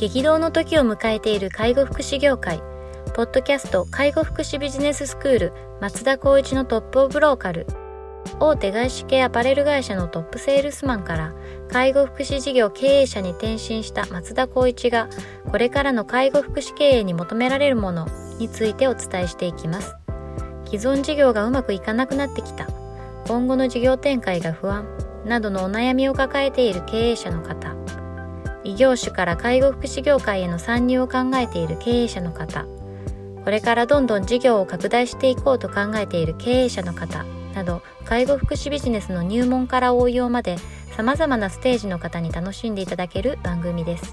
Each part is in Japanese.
激動の時を迎えている介護福祉業界。ポッドキャスト介護福祉ビジネススクール松田光一のトップオブローカル。大手外資系アパレル会社のトップセールスマンから介護福祉事業経営者に転身した松田光一が、これからの介護福祉経営に求められるものについてお伝えしていきます。既存事業がうまくいかなくなってきた、今後の事業展開が不安などのお悩みを抱えている経営者の方、異業種から介護福祉業界への参入を考えている経営者の方、これからどんどん事業を拡大していこうと考えている経営者の方など、介護福祉ビジネスの入門から応用まで様々なステージの方に楽しんでいただける番組です。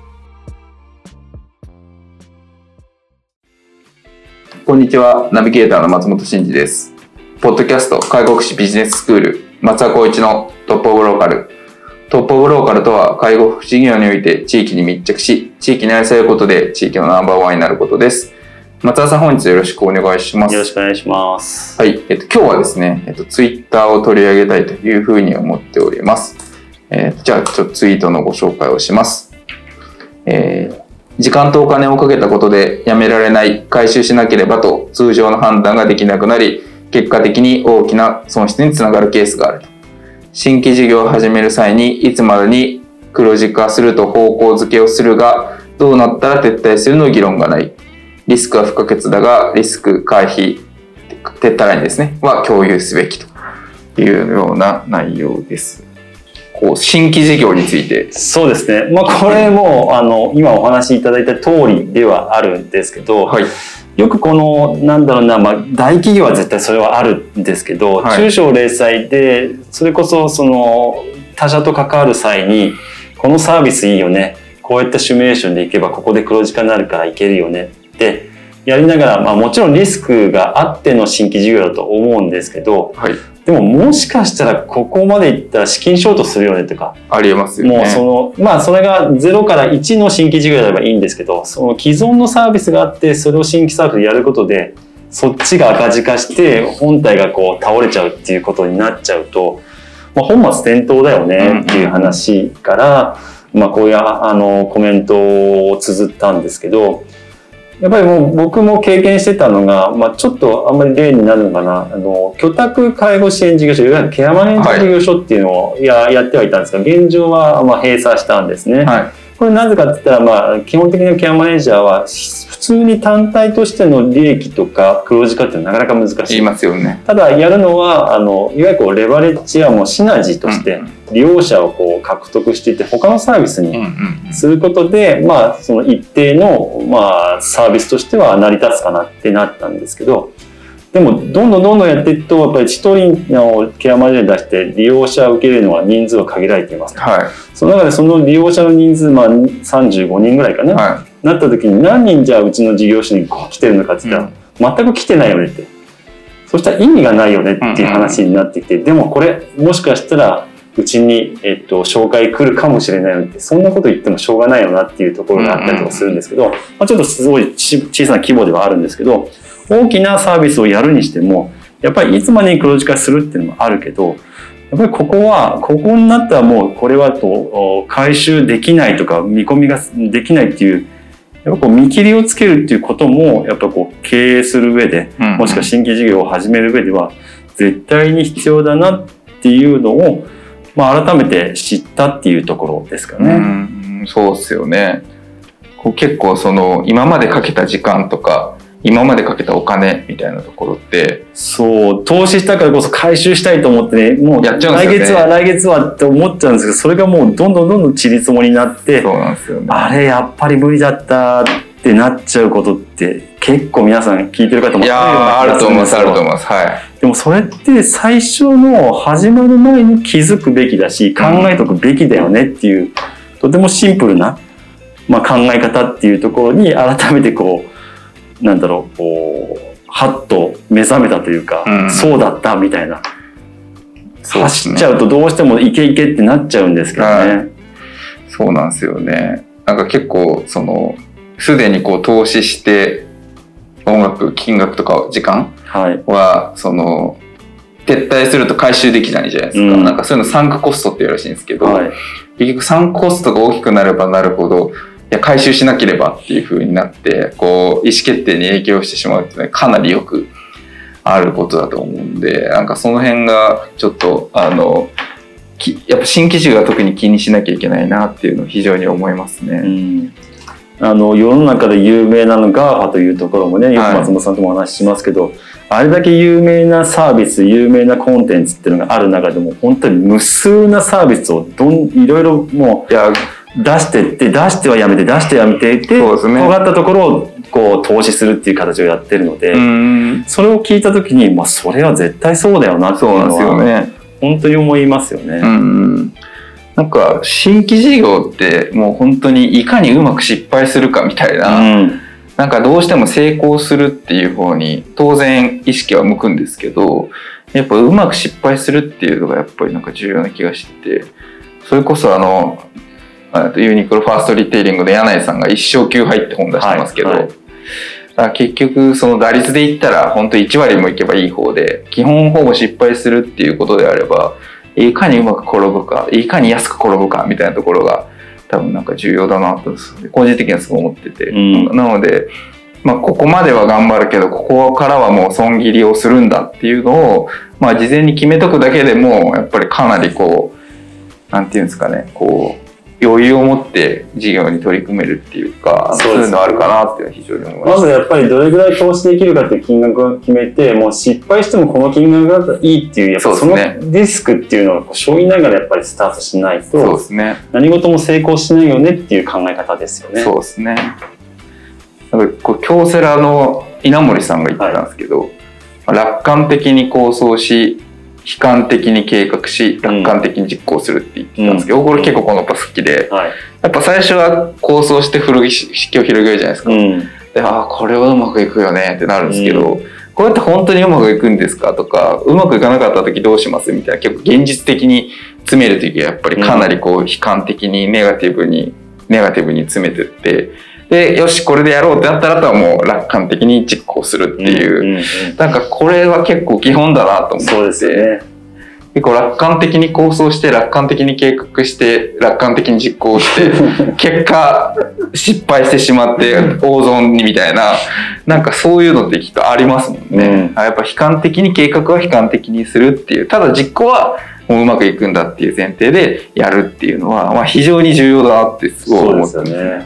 こんにちは、ナビゲーターの松本真嗣です。ポッドキャスト介護福祉ビジネススクール松田光一のトップオブローカル。トップオブローカルとは、介護福祉業において地域に密着し、地域に愛されることで地域のナンバーワンになることです。松田さん、本日よろしくお願いします。 よろしくお願いします。 はい、今日はですね、ツイッターを取り上げたいというふうに思っております。じゃあ、ちょっとツイートのご紹介をします。時間とお金をかけたことでやめられない、回収しなければと通常の判断ができなくなり、結果的に大きな損失につながるケースがあると。新規事業を始める際にいつまでに黒字化すると方向づけをするが、どうなったら撤退するの議論がない。リスクは不可欠だが、リスク回避、撤退ラインですね、は共有すべきというような内容です。新規事業について。 そうですね。これも今お話しいただいた通りではあるんですけど、はい、よく大企業は絶対それはあるんですけど、はい、中小零細でそれこそ他社と関わる際に、このサービスいいよね、こういったシミュレーションでいけばここで黒字化になるからいけるよねってやりながら、もちろんリスクがあっての新規事業だと思うんですけど、はい、でももしかしたらここまでいったら資金ショートするよねとかありえますよね。 もうそれが0から1の新規事業であればいいんですけど、その既存のサービスがあってそれを新規サービスでやることでそっちが赤字化して本体が倒れちゃうっていうことになっちゃうと、本末転倒だよねっていう話から、こういうコメントを綴ったんですけど、やっぱりもう僕も経験してたのが、ちょっとあんまり例になるのかな、居宅介護支援事業所、いわゆるケアマネージャー事業所っていうのをやってはいたんですが、現状は閉鎖したんですね。はい、これなぜかって言ったら、基本的にケアマネージャーは普通に単体としての利益とか黒字化ってなかなか難しい。 言いますよね。 ただやるのはいわゆるレバレッジやシナジーとして利用者を獲得していって他のサービスにすることで、その一定のサービスとしては成り立つかなってなったんですけど、でもどんどんやっていくと、やっぱり一人のケアマネージャー出して利用者を受け入れるのは人数は限られています。はい、その中でその利用者の人数35人ぐらいかな、はい、なった時に何人じゃあうちの事業所に来てるのかって言ったら、全く来てないよねって、そしたら意味がないよねっていう話になってきて、でもこれもしかしたらうちに、紹介来るかもしれないので、そんなこと言ってもしょうがないよなっていうところがあったりとかするんですけど、ちょっとすごい小さな規模ではあるんですけど、大きなサービスをやるにしてもやっぱりいつまでに黒字化するっていうのもあるけど、やっぱりここになったらもうこれは回収できないとか見込みができないっていう、やっぱ見切りをつけるっていうこともやっぱ経営する上で、もしくは新規事業を始める上では絶対に必要だなっていうのを改めて知ったっていうところですかね。 そうですよね。結構今までかけた時間とか今までかけたお金みたいなところって、 そう投資したからこそ回収したいと思ってね、もうやっちゃうんですよね。 来月はって思っちゃうんですけど、それがもうどんどんちりつもになって、 そうなんですよね。 あれやっぱり無理だったってなっちゃうことって結構皆さん聞いてる方もあると思います。はい。 でもそれって最初の始まる前に気づくべきだし、考えとくべきだよねっていう、とてもシンプルな、考え方っていうところに改めてはっと目覚めたというか、そうだったみたいな。走っちゃうとどうしてもイケイケってなっちゃうんですけどね。 そうなんですよね。結構すでに投資して音楽金額とか時間は、撤退すると回収できないじゃないですか。そういうのサンクコストって言うらしいんですけど、結局サンクコストが大きくなればなるほどや回収しなければっていう風になってこう意思決定に影響してしまうっていうのはかなりよくあることだと思うんで、なんかその辺がちょっとやっぱ新規事業は特に気にしなきゃいけないなっていうのを非常に思いますね。 世の中で有名なの GAFA というところもね、よく松本さんともお話ししますけど、あれだけ有名なサービス、有名なコンテンツっていうのがある中でも本当に無数なサービスをいろいろもう出してって出してはやめて出してやめてって尖ったところをこう投資するっていう形をやってるので、それを聞いた時に、まあ、それは絶対そうだよなっていうのは本当に思いますよね。 なんか新規事業ってもう本当にいかにうまく失敗するかみたいな、なんかどうしても成功するっていう方に当然意識は向くんですけど、やっぱうまく失敗するっていうのがやっぱりなんか重要な気がしてて、それこそユニクロファーストリテイリングの柳井さんが一生9敗って本出してますけど、だから結局その打率で言ったら本当1割もいけばいい方で、基本ほぼ失敗するっていうことであれば、いかにうまく転ぶか、いかに安く転ぶかみたいなところが多分なんか重要だなと個人的にはすごい思ってて、なので、まあ、ここまでは頑張るけどここからはもう損切りをするんだっていうのを、まあ、事前に決めとくだけでもやっぱりかなりこうなんていうんですかね、こう余裕を持って事業に取り組めるっていうか、そういうのあるかなっていうのは非常に思います。 まずやっぱりどれぐらい投資できるかっていう金額を決めて、もう失敗してもこの金額だったらいいっていう、やっぱそのリスクっていうのを背負いながらやっぱりスタートしないと、そうですね、何事も成功しないよねっていう考え方ですよね。 そうですね。なんかこう京セラの稲森さんが言ってたんですけど、楽観的に構想し悲観的に計画し楽観的に実行するって言ってたんですけど、これ結構このパス好きで、やっぱ最初は構想して式を広げるじゃないですか。で、これはうまくいくよねってなるんですけど、こうやって本当にうまくいくんですかとか、うまくいかなかった時どうしますみたいな、結構現実的に詰める時はやっぱりかなりこう悲観的にネガティブに詰めてって、でよしこれでやろうってなったら、あとはもう楽観的に実行するっていう、なんかこれは結構基本だなと思って。そうですね。結構楽観的に構想して楽観的に計画して楽観的に実行して結果失敗してしまって大損にみたいな、なんかそういうのってきっとありますもんね。やっぱ悲観的に計画は悲観的にするっていう、ただ実行はもううまくいくんだっていう前提でやるっていうのは、まあ、非常に重要だなってすごい思ってますね。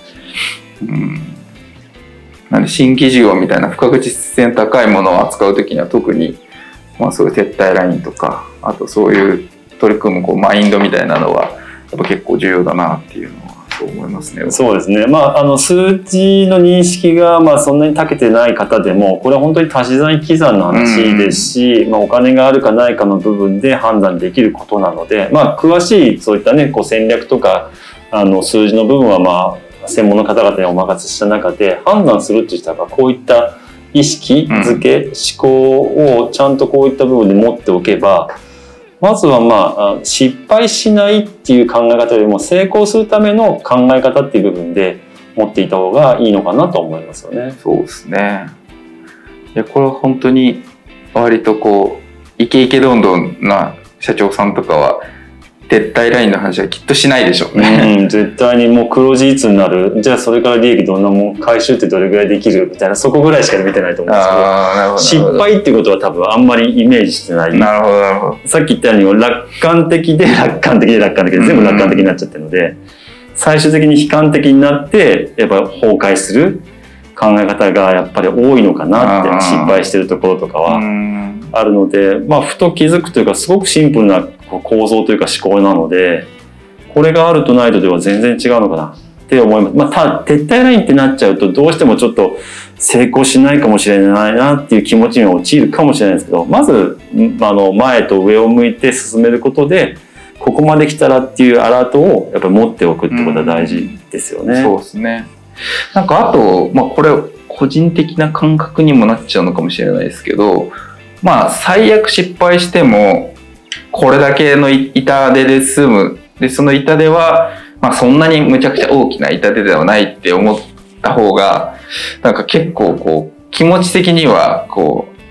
なんで新規事業みたいな不確実性高いものを扱うときには特に、まあ、そういう撤退ラインとか、あとそういう取り組むこうマインドみたいなのはやっぱ結構重要だなっていうのはそう思いますね。 そうですね。まあ、数値の認識がまあそんなに長けてない方でも、これは本当に足し算引き算の話ですし、まあ、お金があるかないかの部分で判断できることなので、まあ、詳しいそういったねこう戦略とか数字の部分はまあ専門の方々にお任せした中で判断するってしたら、こういった意識づけ、思考をちゃんとこういった部分で持っておけば、まずはまあ失敗しないっていう考え方よりも成功するための考え方っていう部分で持っていた方がいいのかなと思いますよね。 そうですね。いやこれは本当に割とこうイケイケどんどんな社長さんとかは撤退ラインの話はきっとしないでしょうね。 絶対にもう黒字いつになる、じゃあそれから利益どんなもん、回収ってどれぐらいできるみたいな、そこぐらいしか見てないと思うんですけど、失敗っていうことは多分あんまりイメージしてない。 なるほどなるほど。 さっき言ったように楽観的で楽観的で楽観的で全部楽観的になっちゃってるので、最終的に悲観的になってやっぱ崩壊する考え方がやっぱり多いのかなって、失敗してるところとかはあるので、まあふと気づくというか、すごくシンプルな構造というか思考なので、これがあるとないとでは全然違うのかなって思います。まあ撤退ラインってなっちゃうとどうしてもちょっと成功しないかもしれないなっていう気持ちには陥るかもしれないですけど、まず前と上を向いて進めることで、ここまで来たらっていうアラートをやっぱり持っておくってことは大事ですよね。 そうですね。なんかあと、まあ、これ個人的な感覚にもなっちゃうのかもしれないですけど、まあ最悪失敗してもこれだけの痛手で済む。でその痛手は、まあ、そんなにむちゃくちゃ大きな痛手ではないって思った方が、なんか結構こう気持ち的にはこう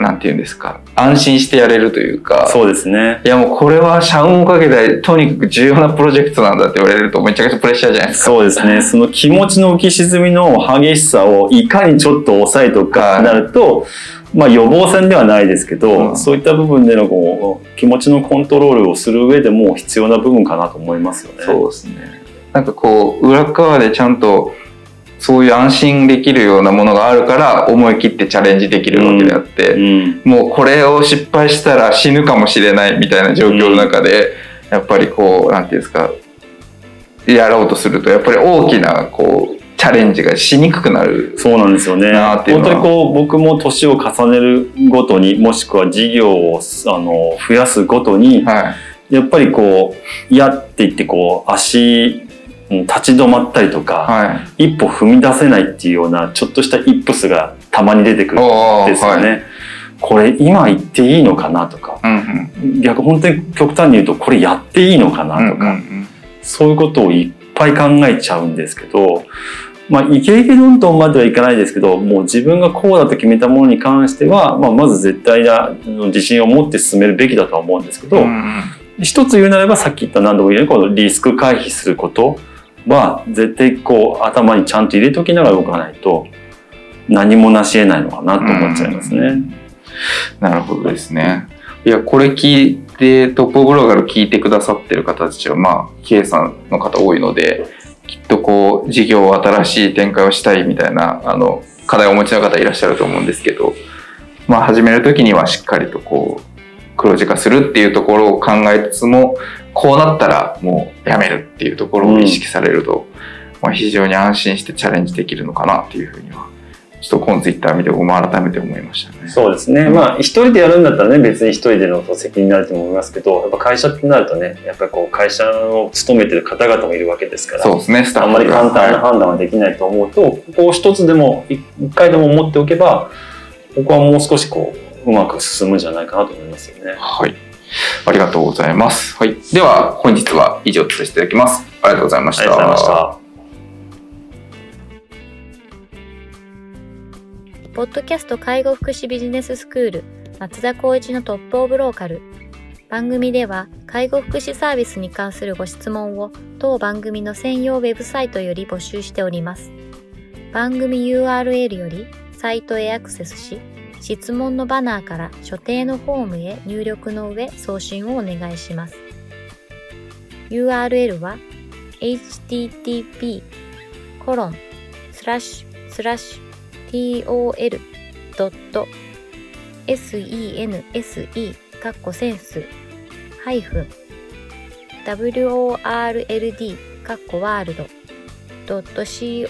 なんていうんですか、安心してやれるというか。 そうですね。 いやもうこれは社運をかけたとにかく重要なプロジェクトなんだって言われるとめちゃくちゃプレッシャーじゃないですか。 そうですね。その気持ちの浮き沈みの激しさをいかにちょっと抑えとくかになると、まあ予防線ではないですけど、そういった部分でのこう気持ちのコントロールをする上でも必要な部分かなと思いますよね。 そうですね。なんかこう裏側でちゃんとそういう安心できるようなものがあるから思い切ってチャレンジできるわけであって、もうこれを失敗したら死ぬかもしれないみたいな状況の中で、やっぱりこうなんていうんですか、やろうとするとやっぱり大きなこうチャレンジがしにくくなる。 そうなんですよね。本当にこう僕も年を重ねるごとに、もしくは事業を増やすごとに、やっぱりこうやっていってこう足立ち止まったりとか、一歩踏み出せないっていうようなちょっとしたイップスがたまに出てくるんですよね。これ今言っていいのかなとか、逆本当に極端に言うとこれやっていいのかなとか、そういうことをいっぱい考えちゃうんですけど、まあイケイケどんどんまではいかないですけど、もう自分がこうだと決めたものに関しては、まず絶対な自信を持って進めるべきだとは思うんですけど、一つ言うなればさっき言った何度も言うようにこのリスク回避することは絶対こう頭にちゃんと入れときながら動かないと何もなし得ないのかなと思っちゃいますね。 なるほどですね。いやこれ聞いてトップオブローカル聞いてくださってる方たちはまあ経営さんの方多いので、きっとこう事業を新しい展開をしたいみたいな課題をお持ちの方いらっしゃると思うんですけど、まあ始める時にはしっかりとこう黒字化するっていうところを考えつつも、こうなったらもうやめるっていうところを意識されると、まあ、非常に安心してチャレンジできるのかなっていうふうにはちょっとこのツイッター見て僕も改めて思いましたね。 そうですね。まあ一人でやるんだったらね、別に一人での責任になると思いますけど、やっぱ会社ってなるとね、やっぱりこう会社を勤めてる方々もいるわけですから、 そうですね、スタッフあんまり簡単な判断はできないと思うと、ここを一つでも一回でも持っておけば、ここはもう少しこううまく進むんじゃないかなと思いますよね。 はい。ありがとうございます。はい。では本日は以上とさせていただきます。ありがとうございました。 ありがとうございました。 ポッドキャスト介護福祉ビジネススクール松田光一のトップオブローカル。番組では介護福祉サービスに関するご質問を当番組の専用ウェブサイトより募集しております。番組 URL よりサイトへアクセスし、質問のバナーから所定のフォームへ入力の上送信をお願いします。URL は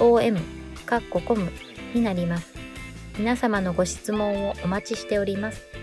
http://tol.sense(world.com) になります。皆様のご質問をお待ちしております。